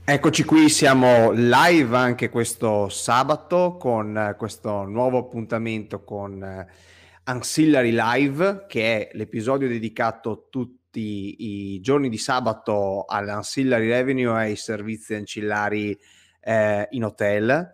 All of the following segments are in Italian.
Eccoci qui, siamo live anche questo sabato con questo nuovo appuntamento con Ancillary Live, che è l'episodio dedicato tutti i giorni di sabato all'ancillary revenue e ai servizi ancillari in hotel.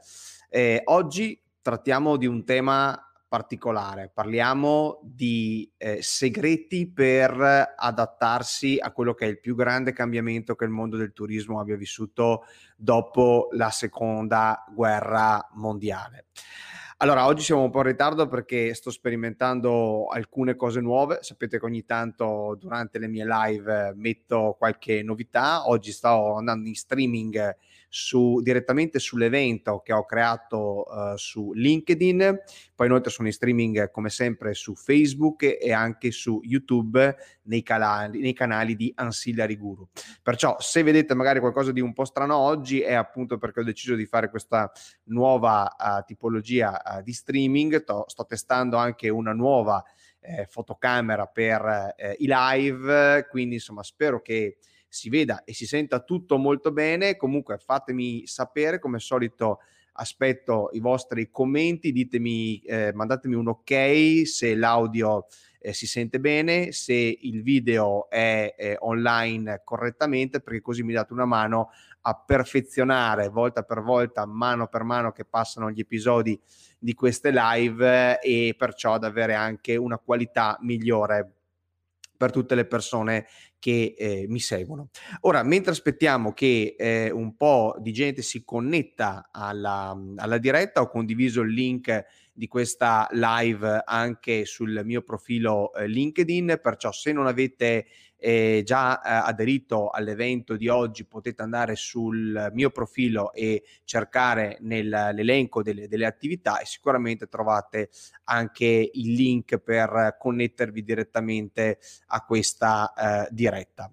Oggi trattiamo di un tema particolare, parliamo di segreti per adattarsi a quello che è il più grande cambiamento che il mondo del turismo abbia vissuto dopo la seconda guerra mondiale. Allora, oggi siamo un po' in ritardo perché sto sperimentando alcune cose nuove. Sapete che ogni tanto durante le mie live metto qualche novità. Oggi sto andando in streaming direttamente sull'evento che ho creato su LinkedIn. Poi inoltre sono in streaming come sempre su Facebook e anche su YouTube nei canali di Ancillary Guru. Perciò se vedete magari qualcosa di un po' strano oggi è appunto perché ho deciso di fare questa nuova tipologia di streaming. Sto testando anche una nuova fotocamera per i live, quindi insomma spero che si veda e si senta tutto molto bene. Comunque fatemi sapere, come al solito aspetto i vostri commenti, ditemi, mandatemi un ok se l'audio si sente bene, se il video è online correttamente, perché così mi date una mano a perfezionare volta per volta, mano per mano che passano gli episodi di queste live, e perciò ad avere anche una qualità migliore per tutte le persone che mi seguono. Ora, mentre aspettiamo che un po' di gente si connetta alla diretta, ho condiviso il link di questa live anche sul mio profilo LinkedIn, perciò se non avete già aderito all'evento di oggi potete andare sul mio profilo e cercare nell'elenco delle attività, e sicuramente trovate anche il link per connettervi direttamente a questa diretta.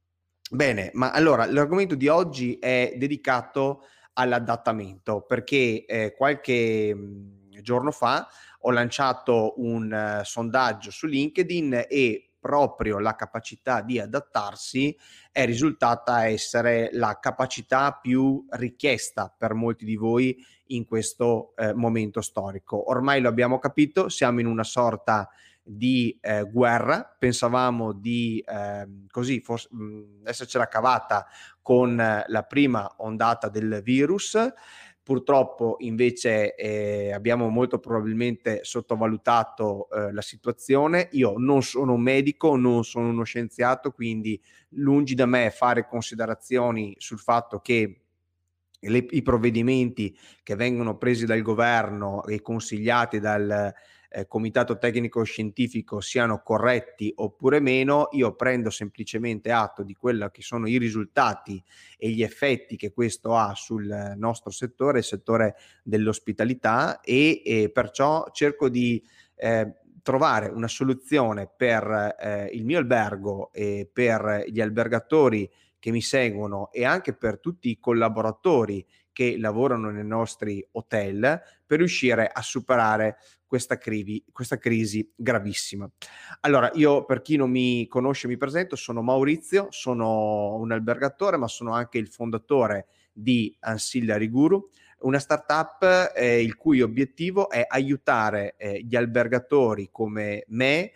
Bene, ma allora l'argomento di oggi è dedicato all'adattamento, perché qualche giorno fa ho lanciato un sondaggio su LinkedIn e proprio la capacità di adattarsi è risultata essere la capacità più richiesta per molti di voi in questo momento storico. Ormai lo abbiamo capito, siamo in una sorta di guerra. Pensavamo di così forse essercela cavata con la prima ondata del virus. Purtroppo invece abbiamo molto probabilmente sottovalutato la situazione. Io non sono un medico, non sono uno scienziato, quindi lungi da me fare considerazioni sul fatto che i provvedimenti che vengono presi dal governo e consigliati dal comitato tecnico scientifico siano corretti oppure meno. Io prendo semplicemente atto di quello che sono i risultati e gli effetti che questo ha sul nostro settore, il settore dell'ospitalità, e perciò cerco di trovare una soluzione per il mio albergo e per gli albergatori che mi seguono e anche per tutti i collaboratori che lavorano nei nostri hotel, per riuscire a superare questa crisi gravissima. Allora, io per chi non mi conosce mi presento, sono Maurizio, sono un albergatore, ma sono anche il fondatore di Ancillary Guru, una startup il cui obiettivo è aiutare gli albergatori come me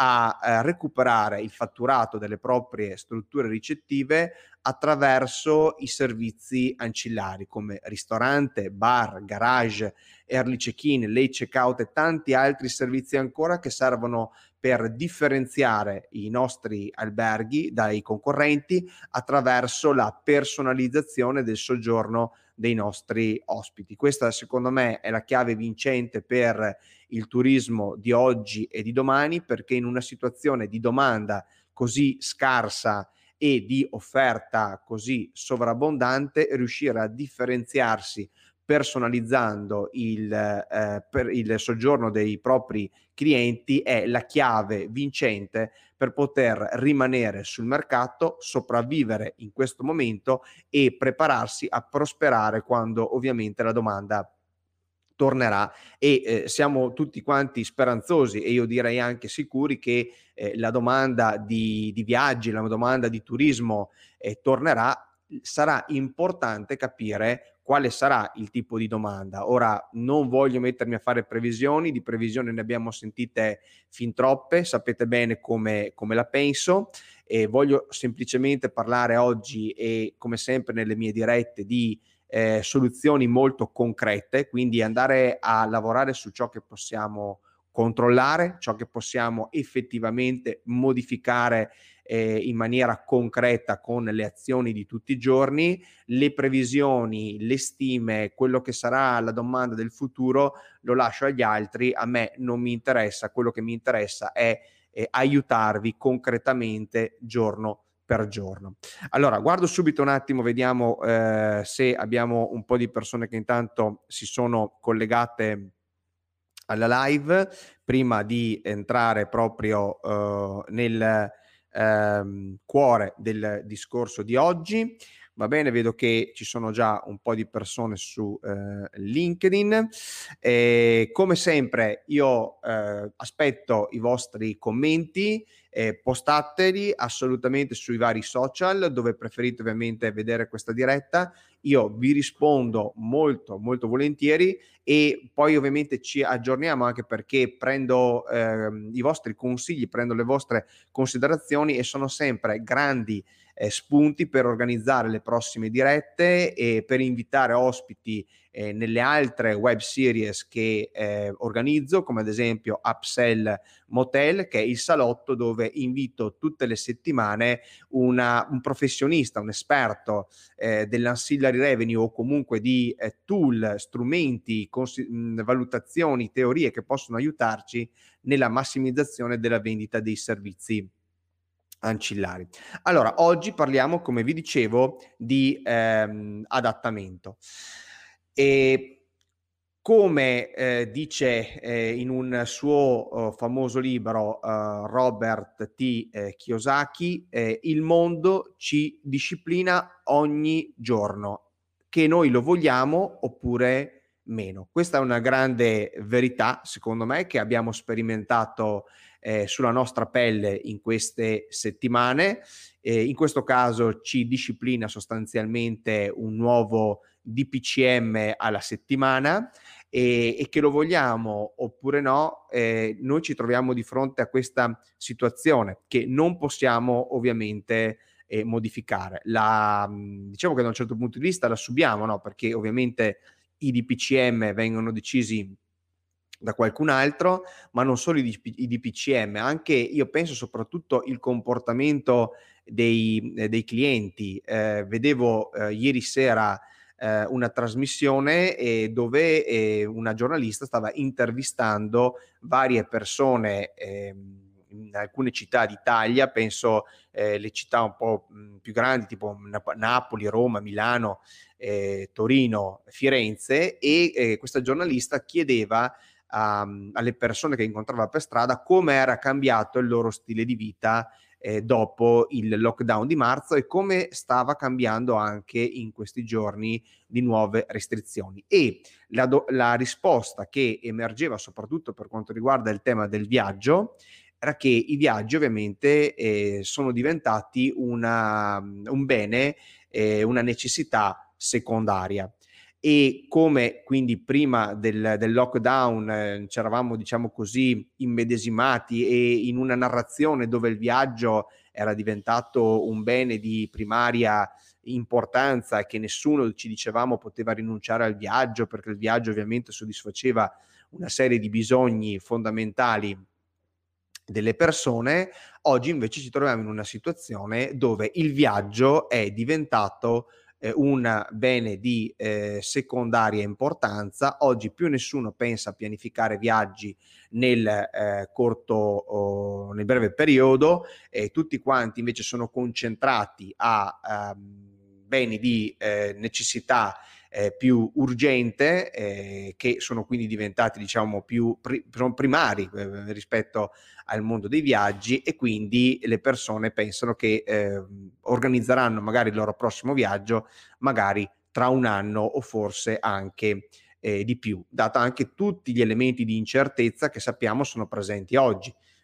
a recuperare il fatturato delle proprie strutture ricettive attraverso i servizi ancillari come ristorante, bar, garage, early check-in, late check-out e tanti altri servizi ancora che servono per differenziare i nostri alberghi dai concorrenti attraverso la personalizzazione del soggiorno dei nostri ospiti. Questa secondo me è la chiave vincente per il turismo di oggi e di domani, perché in una situazione di domanda così scarsa e di offerta così sovrabbondante, riuscire a differenziarsi personalizzando per il soggiorno dei propri clienti è la chiave vincente per poter rimanere sul mercato, sopravvivere in questo momento e prepararsi a prosperare quando ovviamente la domanda tornerà. E siamo tutti quanti speranzosi, e io direi anche sicuri, che la domanda di viaggi, la domanda di turismo tornerà. sarà importante capire quale sarà il tipo di domanda. Ora, non voglio mettermi a fare previsioni, di previsioni ne abbiamo sentite fin troppe, sapete bene come la penso, e voglio semplicemente parlare oggi, e come sempre nelle mie dirette, di soluzioni molto concrete, quindi andare a lavorare su ciò che possiamo controllare, ciò che possiamo effettivamente modificare in maniera concreta con le azioni di tutti i giorni. Le previsioni, le stime, quello che sarà la domanda del futuro lo lascio agli altri, a me non mi interessa, quello che mi interessa è aiutarvi concretamente giorno per giorno. Allora, guardo subito un attimo, vediamo se abbiamo un po' di persone che intanto si sono collegate alla live. Prima di entrare proprio nel cuore del discorso di oggi. Va bene, vedo che ci sono già un po' di persone su LinkedIn. Come sempre io aspetto i vostri commenti, postateli assolutamente sui vari social dove preferite ovviamente vedere questa diretta. Io vi rispondo molto molto volentieri, e poi ovviamente ci aggiorniamo, anche perché prendo i vostri consigli, prendo le vostre considerazioni, e sono sempre grandi spunti per organizzare le prossime dirette e per invitare ospiti nelle altre web series che organizzo, come ad esempio Upsell Motel, che è il salotto dove invito tutte le settimane un professionista, un esperto dell'ancillary revenue, o comunque di tool, strumenti, valutazioni, teorie che possono aiutarci nella massimizzazione della vendita dei servizi ancillari. Allora, oggi parliamo, come vi dicevo, di adattamento. E come dice in un suo famoso libro Robert T. Kiyosaki, il mondo ci disciplina ogni giorno, che noi lo vogliamo oppure meno. Questa è una grande verità, secondo me, che abbiamo sperimentato sulla nostra pelle in queste settimane. In questo caso ci disciplina sostanzialmente un nuovo DPCM alla settimana, e che lo vogliamo oppure no, noi ci troviamo di fronte a questa situazione che non possiamo ovviamente modificare. Diciamo che da un certo punto di vista la subiamo, no? Perché ovviamente i DPCM vengono decisi da qualcun altro, ma non solo i DPCM, anche, io penso, soprattutto il comportamento dei clienti. Vedevo ieri sera una trasmissione dove una giornalista stava intervistando varie persone in alcune città d'Italia, penso le città un po' più grandi, tipo Napoli, Roma, Milano, Torino, Firenze, e questa giornalista chiedeva alle persone che incontrava per strada come era cambiato il loro stile di vita dopo il lockdown di marzo, e come stava cambiando anche in questi giorni di nuove restrizioni. E la risposta che emergeva, soprattutto per quanto riguarda il tema del viaggio, era che i viaggi ovviamente sono diventati un bene, una necessità secondaria. E come quindi prima del lockdown ci eravamo, diciamo così, immedesimati e in una narrazione dove il viaggio era diventato un bene di primaria importanza, e che nessuno, ci dicevamo, poteva rinunciare al viaggio, perché il viaggio ovviamente soddisfaceva una serie di bisogni fondamentali delle persone. Oggi invece ci troviamo in una situazione dove il viaggio è diventato un bene di secondaria importanza. Oggi più nessuno pensa a pianificare viaggi nel corto o nel breve periodo, e tutti quanti invece sono concentrati a beni di necessità più urgente, che sono quindi diventati, diciamo, più primari rispetto al mondo dei viaggi, e quindi le persone pensano che organizzeranno magari il loro prossimo viaggio magari tra un anno, o forse anche di più, data anche tutti gli elementi di incertezza che sappiamo sono presenti oggi.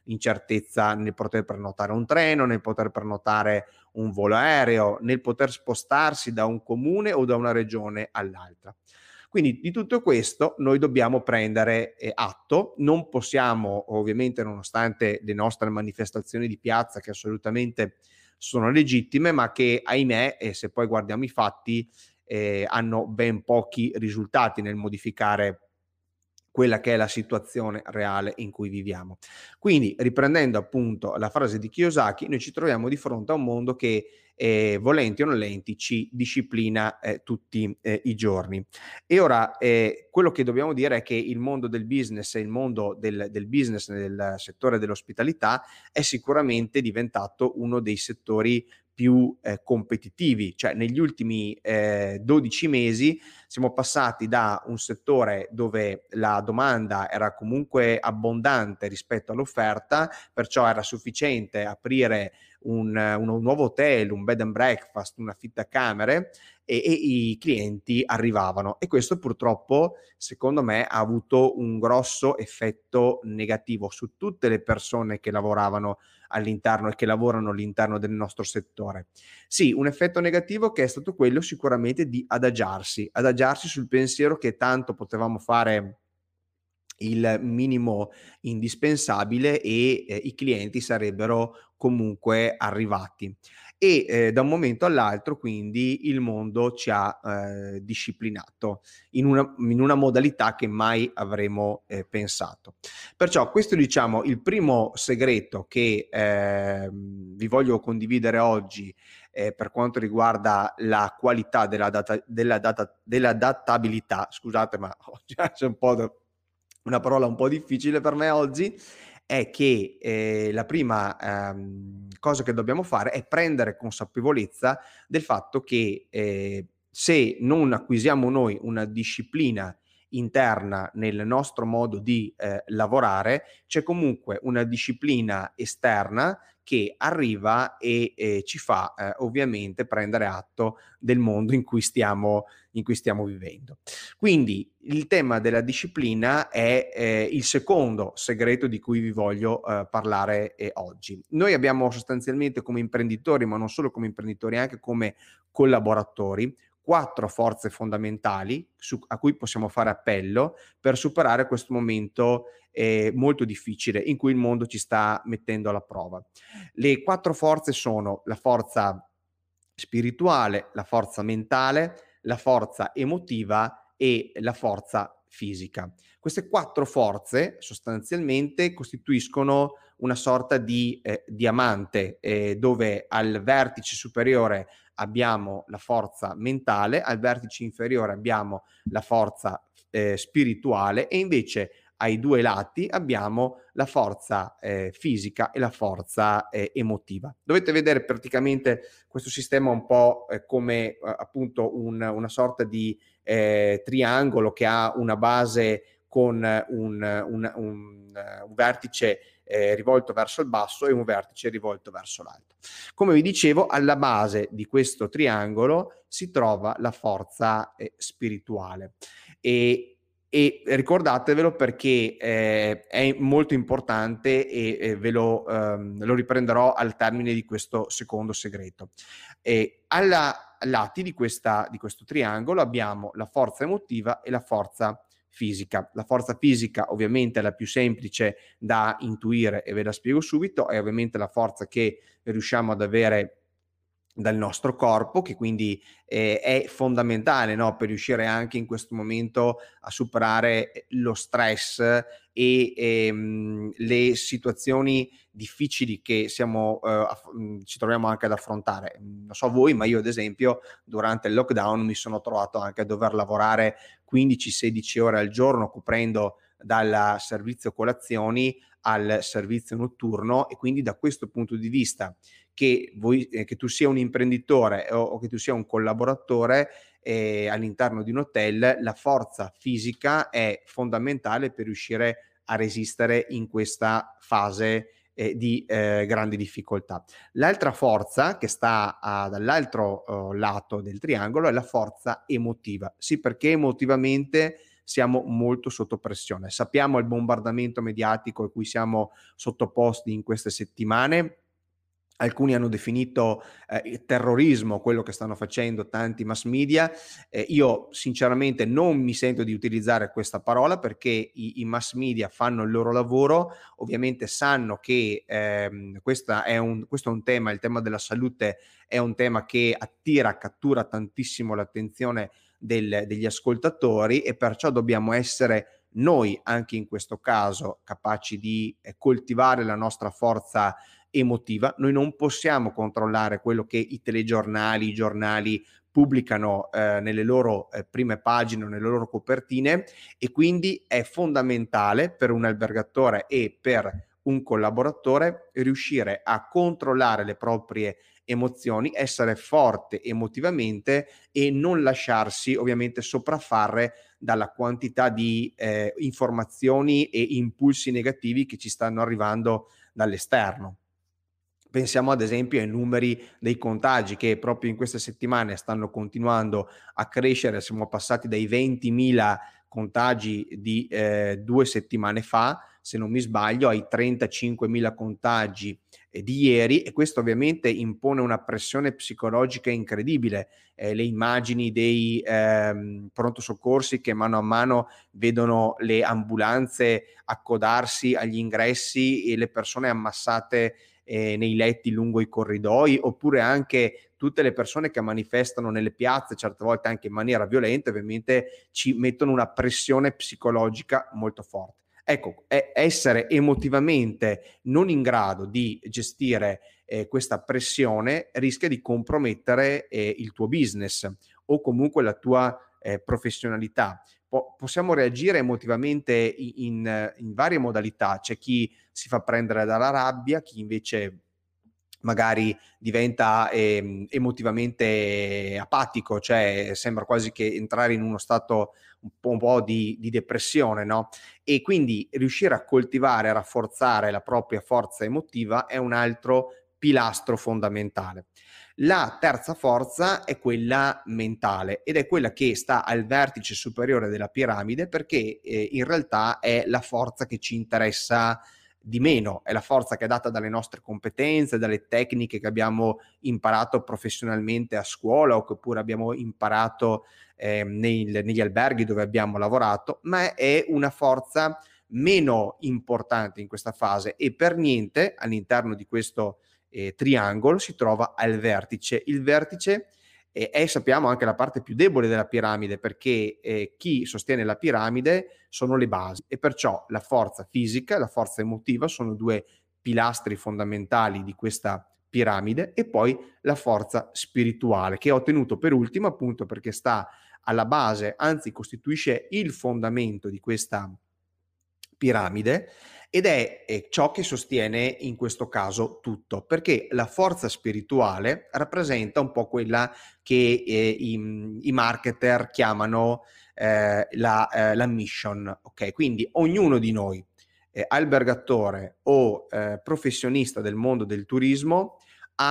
l'incertezza nel poter prenotare un treno, nel poter prenotare un volo aereo, nel poter spostarsi da un comune o da una regione all'altra. Quindi di tutto questo noi dobbiamo prendere atto, non possiamo ovviamente, nonostante le nostre manifestazioni di piazza che assolutamente sono legittime, ma che ahimè, e se poi guardiamo i fatti, hanno ben pochi risultati nel modificare quella che è la situazione reale in cui viviamo. Quindi, riprendendo appunto la frase di Kiyosaki, noi ci troviamo di fronte a un mondo che, volenti o nolenti, ci disciplina tutti i giorni. E ora, quello che dobbiamo dire è che il mondo del business e il mondo del business nel settore dell'ospitalità è sicuramente diventato uno dei settori più competitivi, cioè negli ultimi 12 mesi siamo passati da un settore dove la domanda era comunque abbondante rispetto all'offerta, perciò era sufficiente aprire un nuovo hotel, un bed and breakfast, un affittacamere e i clienti arrivavano. E questo purtroppo, secondo me, ha avuto un grosso effetto negativo su tutte le persone che lavoravano all'interno e che lavorano all'interno del nostro settore. Sì, un effetto negativo che è stato quello sicuramente di adagiarsi sul pensiero che tanto potevamo fare il minimo indispensabile e i clienti sarebbero comunque arrivati. E da un momento all'altro quindi il mondo ci ha disciplinato in una modalità che mai avremmo pensato. Perciò questo è, diciamo, il primo segreto che vi voglio condividere oggi per quanto riguarda la qualità dell'adattabilità. Scusate, ma oggi c'è una parola un po' difficile per me oggi, è che la prima cosa che dobbiamo fare è prendere consapevolezza del fatto che se non acquisiamo noi una disciplina interna nel nostro modo di lavorare, c'è comunque una disciplina esterna che arriva e ci fa ovviamente prendere atto del mondo in cui stiamo vivendo. Quindi il tema della disciplina è il secondo segreto di cui vi voglio parlare oggi. Noi abbiamo sostanzialmente come imprenditori, ma non solo come imprenditori, anche come collaboratori, 4 forze fondamentali a cui possiamo fare appello per superare questo momento molto difficile in cui il mondo ci sta mettendo alla prova. Le 4 forze sono la forza spirituale, la forza mentale, la forza emotiva e la forza fisica. Queste 4 forze sostanzialmente costituiscono una sorta di diamante dove al vertice superiore abbiamo la forza mentale, al vertice inferiore abbiamo la forza spirituale e invece ai 2 lati abbiamo la forza fisica e la forza emotiva. Dovete vedere praticamente questo sistema un po' come appunto una sorta di triangolo che ha una base con un vertice rivolto verso il basso e un vertice rivolto verso l'alto. Come vi dicevo, alla base di questo triangolo si trova la forza spirituale e ricordatevelo perché è molto importante e lo riprenderò al termine di questo secondo segreto. Alla lati di questo triangolo abbiamo la forza emotiva e la forza fisica. La forza fisica ovviamente è la più semplice da intuire e ve la spiego subito, è ovviamente la forza che riusciamo ad avere dal nostro corpo, che quindi è fondamentale, no, per riuscire anche in questo momento a superare lo stress e le situazioni difficili che ci troviamo anche ad affrontare. Non so voi, ma io ad esempio durante il lockdown mi sono trovato anche a dover lavorare 15-16 ore al giorno, coprendo dal servizio colazioni al servizio notturno, e quindi da questo punto di vista che tu sia un imprenditore o che tu sia un collaboratore all'interno di un hotel, la forza fisica è fondamentale per riuscire a resistere in questa fase di grandi difficoltà. L'altra forza che sta dall'altro lato del triangolo è la forza emotiva. Sì, perché emotivamente siamo molto sotto pressione. Sappiamo il bombardamento mediatico a cui siamo sottoposti in queste settimane. Alcuni hanno definito terrorismo quello che stanno facendo tanti mass media. Io sinceramente non mi sento di utilizzare questa parola, perché i mass media fanno il loro lavoro, ovviamente sanno che questo è un tema, il tema della salute è un tema che cattura tantissimo l'attenzione degli ascoltatori, e perciò dobbiamo essere noi, anche in questo caso, capaci di coltivare la nostra forza emotiva. Noi non possiamo controllare quello che i telegiornali, i giornali pubblicano nelle loro prime pagine o nelle loro copertine, e quindi è fondamentale per un albergatore e per un collaboratore riuscire a controllare le proprie emozioni, essere forte emotivamente e non lasciarsi ovviamente sopraffare dalla quantità di informazioni e impulsi negativi che ci stanno arrivando dall'esterno. Pensiamo ad esempio ai numeri dei contagi, che proprio in queste settimane stanno continuando a crescere. Siamo passati dai 20.000 contagi di 2 settimane fa, se non mi sbaglio, ai 35.000 contagi di ieri, e questo ovviamente impone una pressione psicologica incredibile. Le immagini dei pronto soccorsi che mano a mano vedono le ambulanze accodarsi agli ingressi e le persone ammassate nei letti lungo i corridoi, oppure anche tutte le persone che manifestano nelle piazze, certe volte anche in maniera violenta, ovviamente ci mettono una pressione psicologica molto forte. Ecco, essere emotivamente non in grado di gestire questa pressione rischia di compromettere il tuo business o comunque la tua professionalità. Possiamo reagire emotivamente in varie modalità. C'è chi si fa prendere dalla rabbia, chi invece magari diventa emotivamente apatico, cioè sembra quasi che entrare in uno stato un po' di depressione, no? E quindi riuscire a coltivare, a rafforzare la propria forza emotiva è un altro pilastro fondamentale. La terza forza è quella mentale, ed è quella che sta al vertice superiore della piramide, perché in realtà è la forza che ci interessa di meno, è la forza che è data dalle nostre competenze, dalle tecniche che abbiamo imparato professionalmente a scuola o che pure abbiamo imparato negli alberghi dove abbiamo lavorato, ma è una forza meno importante in questa fase, e per niente all'interno di questo triangolo si trova al vertice. Il vertice è, sappiamo, anche la parte più debole della piramide, perché chi sostiene la piramide sono le basi, e perciò la forza fisica e la forza emotiva sono due pilastri fondamentali di questa piramide, e poi la forza spirituale, che ho tenuto per ultimo appunto perché sta alla base, anzi costituisce il fondamento di questa piramide, ed è ciò che sostiene in questo caso tutto, perché la forza spirituale rappresenta un po' quella che i marketer chiamano la mission, ok? Quindi ognuno di noi, albergatore o professionista del mondo del turismo,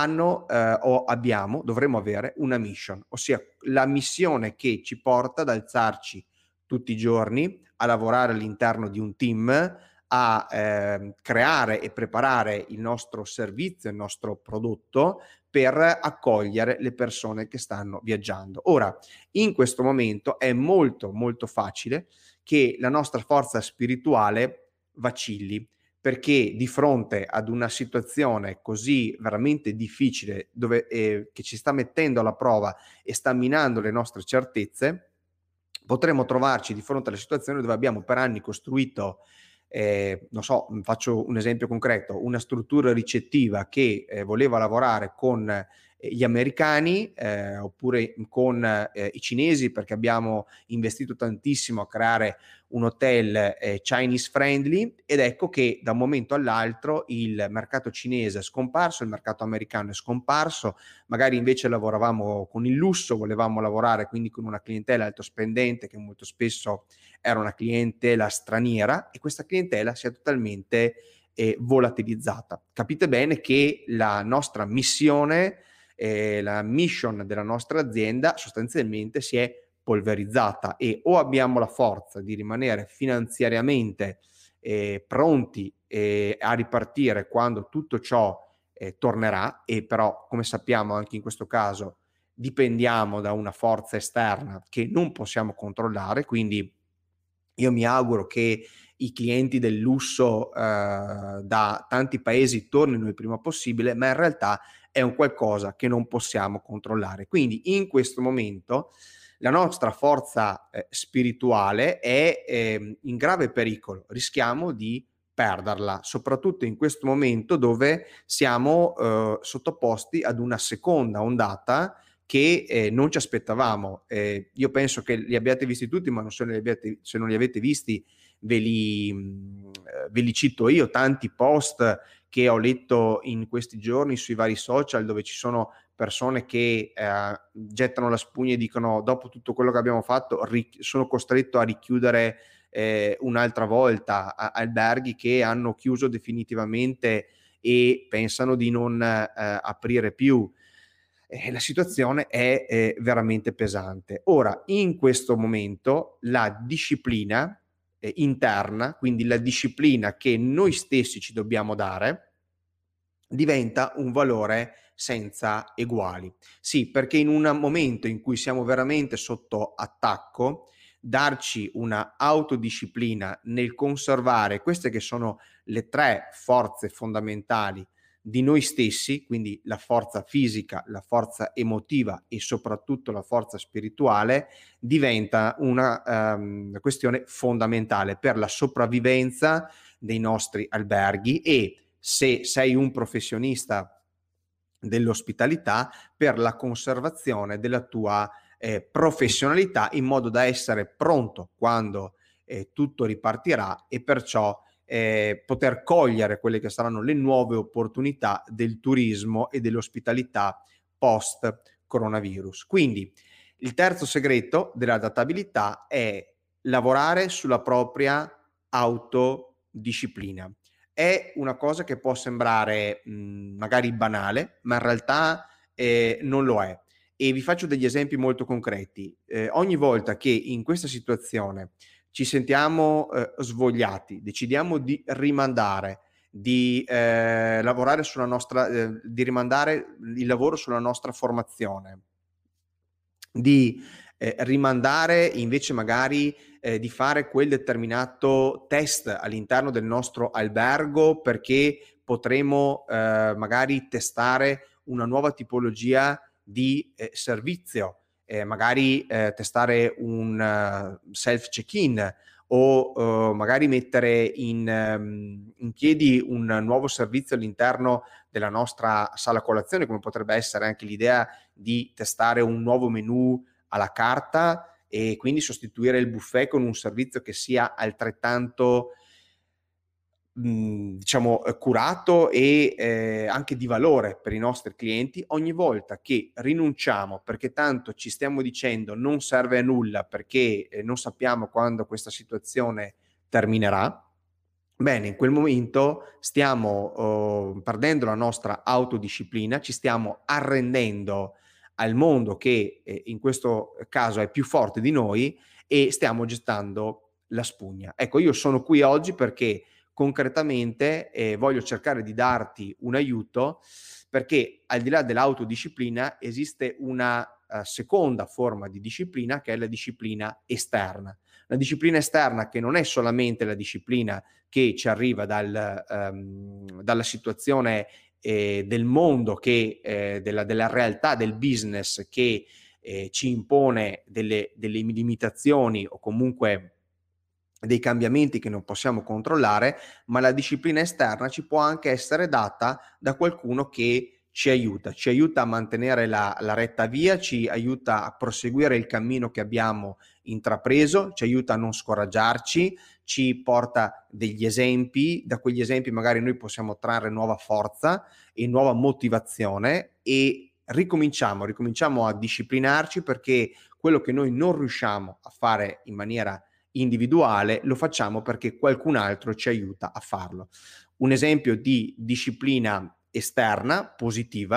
dovremmo avere una mission, ossia la missione che ci porta ad alzarci tutti i giorni, a lavorare all'interno di un team, a creare e preparare il nostro servizio, il nostro prodotto per accogliere le persone che stanno viaggiando. Ora, in questo momento è molto molto facile che la nostra forza spirituale vacilli, perché di fronte ad una situazione così veramente difficile, che ci sta mettendo alla prova e sta minando le nostre certezze, potremmo trovarci di fronte alla situazione dove abbiamo per anni costruito, non so, faccio un esempio concreto, una struttura ricettiva che voleva lavorare con gli americani oppure con i cinesi, perché abbiamo investito tantissimo a creare un hotel Chinese friendly, ed ecco che da un momento all'altro il mercato cinese è scomparso, il mercato americano è scomparso, magari invece lavoravamo con il lusso, volevamo lavorare quindi con una clientela alto spendente, che molto spesso era una clientela straniera, e questa clientela si è totalmente volatilizzata. Capite bene che la nostra missione, la mission della nostra azienda sostanzialmente si è polverizzata, e o abbiamo la forza di rimanere finanziariamente pronti a ripartire quando tutto ciò tornerà, e però, come sappiamo, anche in questo caso dipendiamo da una forza esterna che non possiamo controllare. Quindi io mi auguro che i clienti del lusso da tanti paesi tornino il prima possibile, ma in realtà è un qualcosa che non possiamo controllare. Quindi in questo momento la nostra forza spirituale è in grave pericolo, rischiamo di perderla, soprattutto in questo momento dove siamo sottoposti ad una seconda ondata che non ci aspettavamo. Io penso che li abbiate visti tutti, ma se non li avete visti ve li cito io, tanti post che ho letto in questi giorni sui vari social, dove ci sono persone che gettano la spugna e dicono: dopo tutto quello che abbiamo fatto sono costretto a richiudere un'altra volta, alberghi che hanno chiuso definitivamente e pensano di non aprire più. La situazione è veramente pesante. Ora, in questo momento la disciplina interna, quindi la disciplina che noi stessi ci dobbiamo dare, diventa un valore senza eguali. Sì, perché in un momento in cui siamo veramente sotto attacco, darci una autodisciplina nel conservare queste che sono le tre forze fondamentali di noi stessi, quindi la forza fisica, la forza emotiva e soprattutto la forza spirituale, diventa una questione fondamentale per la sopravvivenza dei nostri alberghi, e se sei un professionista dell'ospitalità, per la conservazione della tua professionalità, in modo da essere pronto quando tutto ripartirà, e perciò poter cogliere quelle che saranno le nuove opportunità del turismo e dell'ospitalità post coronavirus. Quindi il terzo segreto dell'adattabilità è lavorare sulla propria autodisciplina. È una cosa che può sembrare magari banale, ma in realtà non lo è. E vi faccio degli esempi molto concreti. Ogni volta che in questa situazione ci sentiamo svogliati, decidiamo di rimandare, di lavorare sulla nostra, di rimandare il lavoro sulla nostra formazione, di rimandare invece magari di fare quel determinato test all'interno del nostro albergo, perché potremo magari testare una nuova tipologia di servizio, magari testare un self check-in, o magari mettere in piedi un nuovo servizio all'interno della nostra sala colazione, come potrebbe essere anche l'idea di testare un nuovo menù alla carta e quindi sostituire il buffet con un servizio che sia altrettanto diciamo curato e anche di valore per i nostri clienti. Ogni volta che rinunciamo perché tanto ci stiamo dicendo non serve a nulla, perché non sappiamo quando questa situazione terminerà, bene, in quel momento stiamo perdendo la nostra autodisciplina, ci stiamo arrendendo al mondo che in questo caso è più forte di noi, e stiamo gettando la spugna. Ecco, io sono qui oggi perché concretamente voglio cercare di darti un aiuto, perché al di là dell'autodisciplina esiste una seconda forma di disciplina, che è la disciplina esterna. La disciplina esterna, che non è solamente la disciplina che ci arriva dalla situazione del mondo, che della realtà del business, che ci impone delle limitazioni o comunque dei cambiamenti che non possiamo controllare, ma la disciplina esterna ci può anche essere data da qualcuno che ci aiuta a mantenere la retta via, ci aiuta a proseguire il cammino che abbiamo intrapreso, ci aiuta a non scoraggiarci, ci porta degli esempi, da quegli esempi magari noi possiamo trarre nuova forza e nuova motivazione, e ricominciamo a disciplinarci, perché quello che noi non riusciamo a fare in maniera individuale lo facciamo perché qualcun altro ci aiuta a farlo. Un esempio di disciplina esterna positiva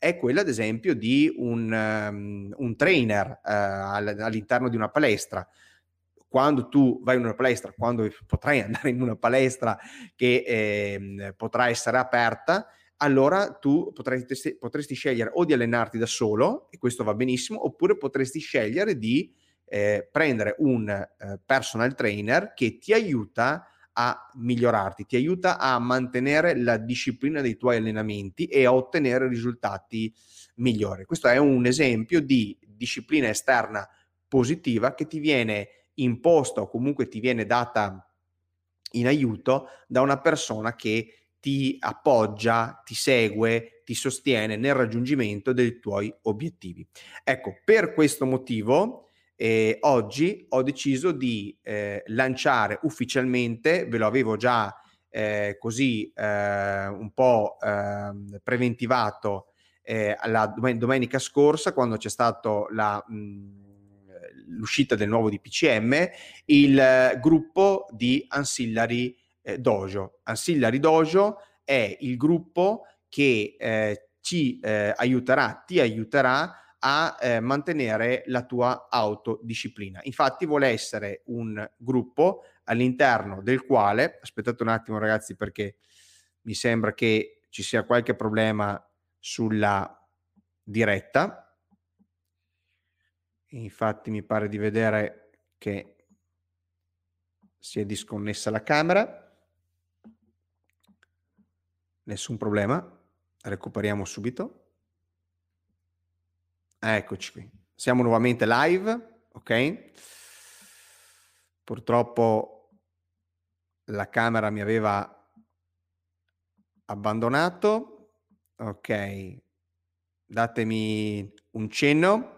è quella, ad esempio, di un trainer all'interno di una palestra. Quando tu vai in una palestra, quando potrai andare in una palestra che potrà essere aperta, allora tu potresti scegliere o di allenarti da solo, e questo va benissimo, oppure potresti scegliere di prendere un personal trainer che ti aiuta a migliorarti, ti aiuta a mantenere la disciplina dei tuoi allenamenti e a ottenere risultati migliori. Questo è un esempio di disciplina esterna positiva che ti viene imposta o comunque ti viene data in aiuto da una persona che ti appoggia, ti segue, ti sostiene nel raggiungimento dei tuoi obiettivi. Ecco, per questo motivo oggi ho deciso di lanciare ufficialmente, ve lo avevo già un po' preventivato la domenica scorsa, quando c'è stato l'uscita del nuovo DPCM, il gruppo di Ancillary Dojo. Ancillary Dojo è il gruppo che ti aiuterà a mantenere la tua autodisciplina. Infatti vuole essere un gruppo all'interno del quale, aspettate un attimo ragazzi perché mi sembra che ci sia qualche problema sulla diretta. Infatti mi pare di vedere che si è disconnessa la camera. Nessun problema, recuperiamo subito. Eccoci qui. Siamo nuovamente live, ok? Purtroppo la camera mi aveva abbandonato. Ok. Datemi un cenno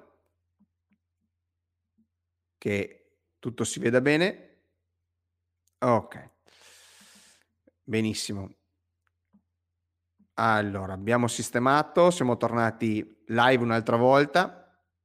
che tutto si veda bene. Ok. Benissimo. Allora, abbiamo sistemato, siamo tornati live un'altra volta.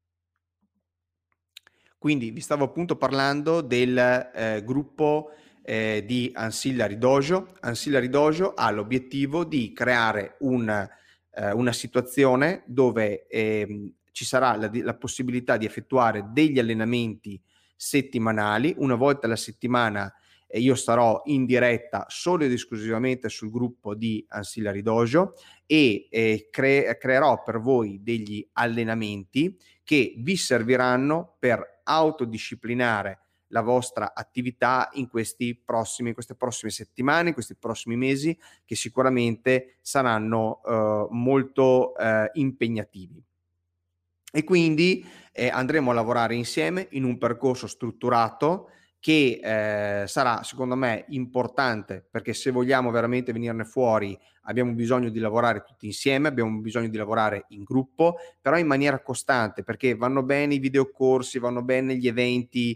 Quindi vi stavo appunto parlando del gruppo di Ancillary Dojo. Ancillary Dojo ha l'obiettivo di creare una situazione dove ci sarà la possibilità di effettuare degli allenamenti settimanali. Una volta alla settimana io sarò in diretta solo ed esclusivamente sul gruppo di Ancillary Dojo e creerò per voi degli allenamenti che vi serviranno per autodisciplinare la vostra attività in queste prossime settimane, in questi prossimi mesi, che sicuramente saranno molto impegnativi. E quindi andremo a lavorare insieme in un percorso strutturato che sarà secondo me importante, perché se vogliamo veramente venirne fuori abbiamo bisogno di lavorare tutti insieme, abbiamo bisogno di lavorare in gruppo, però in maniera costante, perché vanno bene i videocorsi, vanno bene gli eventi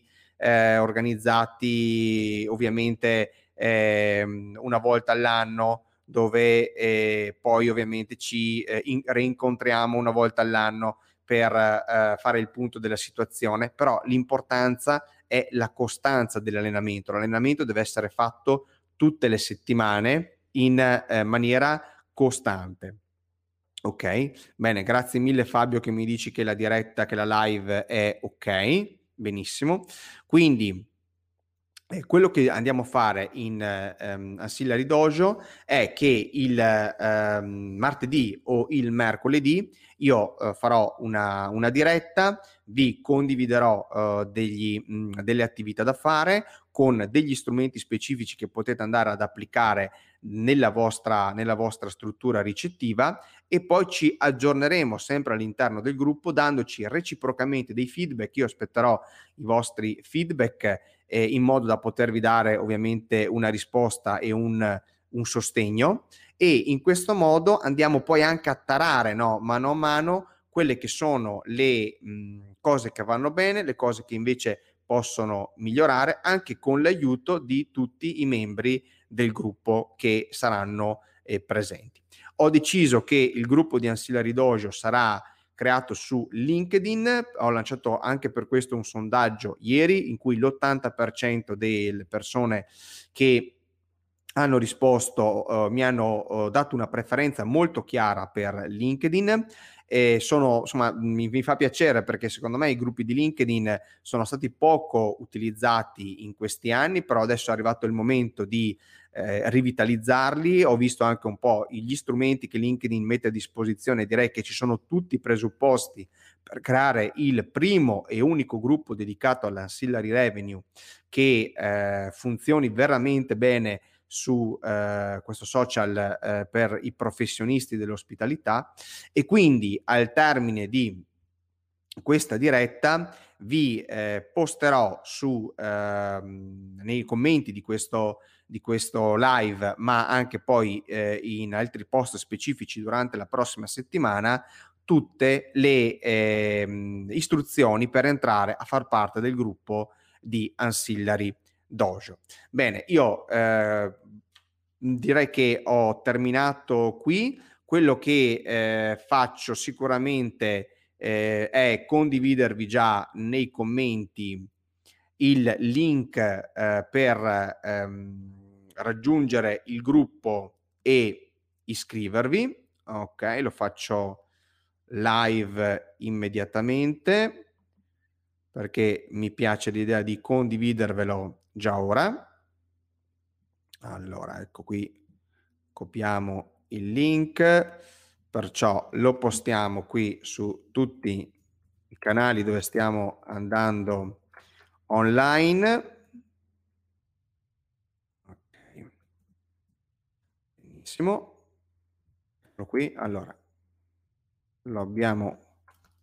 organizzati ovviamente una volta all'anno, dove poi ovviamente ci reincontriamo una volta all'anno per fare il punto della situazione, però l'importanza è la costanza dell'allenamento. L'allenamento deve essere fatto tutte le settimane in maniera costante. Ok, bene, grazie mille Fabio che mi dici che la diretta, che la live è ok, benissimo. Quindi quello che andiamo a fare in Ancillary Dojo è che il martedì o il mercoledì io farò una diretta, vi condividerò delle attività da fare con degli strumenti specifici che potete andare ad applicare nella vostra struttura ricettiva, e poi ci aggiorneremo sempre all'interno del gruppo dandoci reciprocamente dei feedback. Io aspetterò i vostri feedback in modo da potervi dare ovviamente una risposta e un sostegno, e in questo modo andiamo poi anche a tarare, no, mano a mano quelle che sono le cose che vanno bene, le cose che invece possono migliorare, anche con l'aiuto di tutti i membri del gruppo che saranno presenti. Ho deciso che il gruppo di Ancillary Dojo sarà creato su LinkedIn. Ho lanciato anche per questo un sondaggio ieri in cui l'80% delle persone che hanno risposto, mi hanno dato una preferenza molto chiara per LinkedIn e insomma, mi fa piacere perché secondo me i gruppi di LinkedIn sono stati poco utilizzati in questi anni, però adesso è arrivato il momento di rivitalizzarli. Ho visto anche un po' gli strumenti che LinkedIn mette a disposizione, direi che ci sono tutti i presupposti per creare il primo e unico gruppo dedicato all'ancillary revenue che funzioni veramente bene su questo social per i professionisti dell'ospitalità. E quindi al termine di questa diretta vi posterò su nei commenti di questo live, ma anche poi in altri post specifici durante la prossima settimana, tutte le istruzioni per entrare a far parte del gruppo di Ancillary Dojo. Bene, io direi che ho terminato qui. Quello che faccio sicuramente è condividervi già nei commenti il link per raggiungere il gruppo e iscrivervi. Ok, lo faccio live immediatamente perché mi piace l'idea di condividervelo già ora. Allora, ecco qui, copiamo il link, perciò lo postiamo qui su tutti i canali dove stiamo andando online. Ok, benissimo. Eccolo qui, allora, lo abbiamo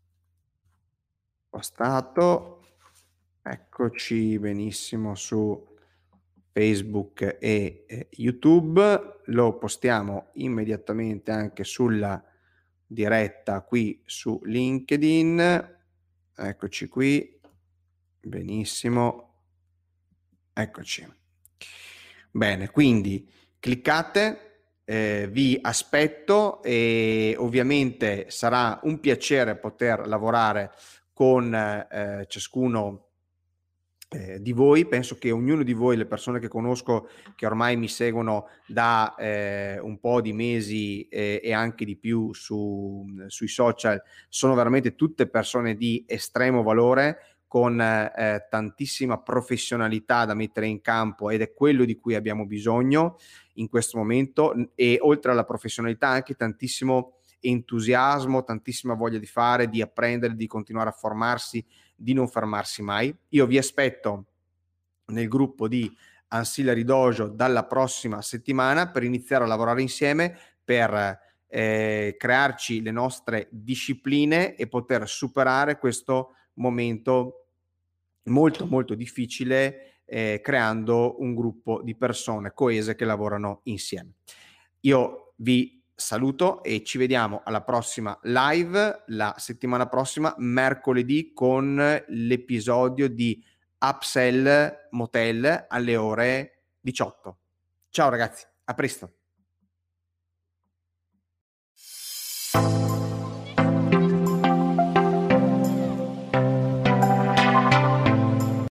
postato. Eccoci benissimo su Facebook e YouTube. Lo postiamo immediatamente anche sulla diretta qui su LinkedIn. Eccoci qui. Benissimo. Eccoci. Bene, quindi cliccate, vi aspetto e ovviamente sarà un piacere poter lavorare con ciascuno di voi. Penso che ognuno di voi, le persone che conosco, che ormai mi seguono da un po' di mesi e anche di più sui social, sono veramente tutte persone di estremo valore, con tantissima professionalità da mettere in campo, ed è quello di cui abbiamo bisogno in questo momento. E oltre alla professionalità anche tantissimo entusiasmo, tantissima voglia di fare, di apprendere, di continuare a formarsi, di non fermarsi mai. Io vi aspetto nel gruppo di Ancillary Dojo dalla prossima settimana per iniziare a lavorare insieme, per crearci le nostre discipline e poter superare questo momento molto molto difficile, creando un gruppo di persone coese che lavorano insieme. Io vi saluto e ci vediamo alla prossima live la settimana prossima, mercoledì, con l'episodio di Upsell Motel alle ore 18. Ciao ragazzi, a presto.